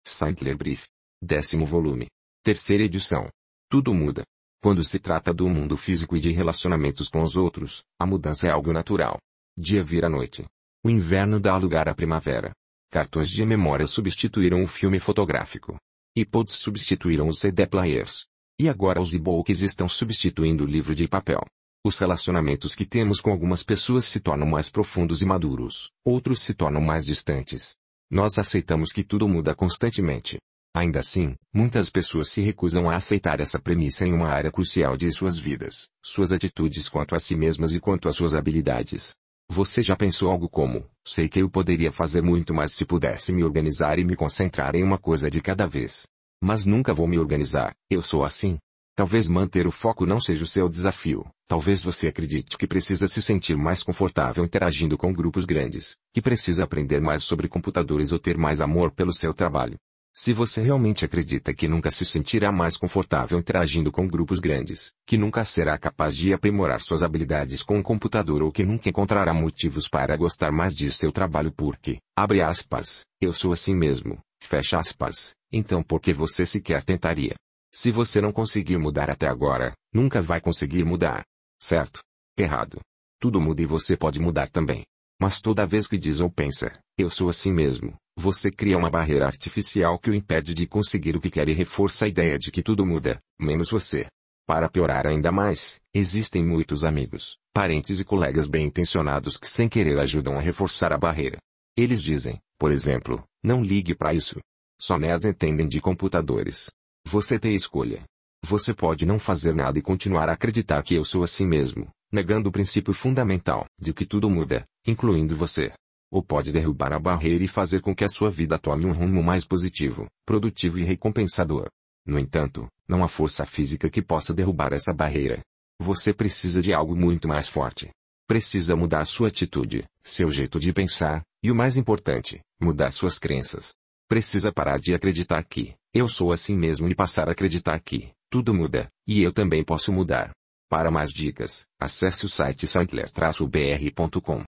Sandler Brief. 10º volume. Terceira edição. Tudo muda. Quando se trata do mundo físico e de relacionamentos com os outros, a mudança é algo natural. Dia vira noite. O inverno dá lugar à primavera. Cartões de memória substituíram o filme fotográfico. iPods substituíram os CD players. E agora os e-books estão substituindo o livro de papel. Os relacionamentos que temos com algumas pessoas se tornam mais profundos e maduros, outros se tornam mais distantes. Nós aceitamos que tudo muda constantemente. Ainda assim, muitas pessoas se recusam a aceitar essa premissa em uma área crucial de suas vidas, suas atitudes quanto a si mesmas e quanto às suas habilidades. Você já pensou algo como: sei que eu poderia fazer muito mais se pudesse me organizar e me concentrar em uma coisa de cada vez. Mas nunca vou me organizar, eu sou assim. Talvez manter o foco não seja o seu desafio. Talvez você acredite que precisa se sentir mais confortável interagindo com grupos grandes, que precisa aprender mais sobre computadores ou ter mais amor pelo seu trabalho. Se você realmente acredita que nunca se sentirá mais confortável interagindo com grupos grandes, que nunca será capaz de aprimorar suas habilidades com um computador ou que nunca encontrará motivos para gostar mais de seu trabalho porque, abre aspas, eu sou assim mesmo, fecha aspas, então por que você sequer tentaria? Se você não conseguir mudar até agora, nunca vai conseguir mudar. Certo? Errado. Tudo muda e você pode mudar também. Mas toda vez que diz ou pensa, eu sou assim mesmo, você cria uma barreira artificial que o impede de conseguir o que quer e reforça a ideia de que tudo muda, menos você. Para piorar ainda mais, existem muitos amigos, parentes e colegas bem-intencionados que sem querer ajudam a reforçar a barreira. Eles dizem, por exemplo, não ligue para isso. Só nerds entendem de computadores. Você tem escolha. Você pode não fazer nada e continuar a acreditar que eu sou assim mesmo, negando o princípio fundamental de que tudo muda, incluindo você. Ou pode derrubar a barreira e fazer com que a sua vida tome um rumo mais positivo, produtivo e recompensador. No entanto, não há força física que possa derrubar essa barreira. Você precisa de algo muito mais forte. Precisa mudar sua atitude, seu jeito de pensar, e o mais importante, mudar suas crenças. Precisa parar de acreditar que, eu sou assim mesmo e passar a acreditar que, tudo muda, e eu também posso mudar. Para mais dicas, acesse o site sandler-br.com.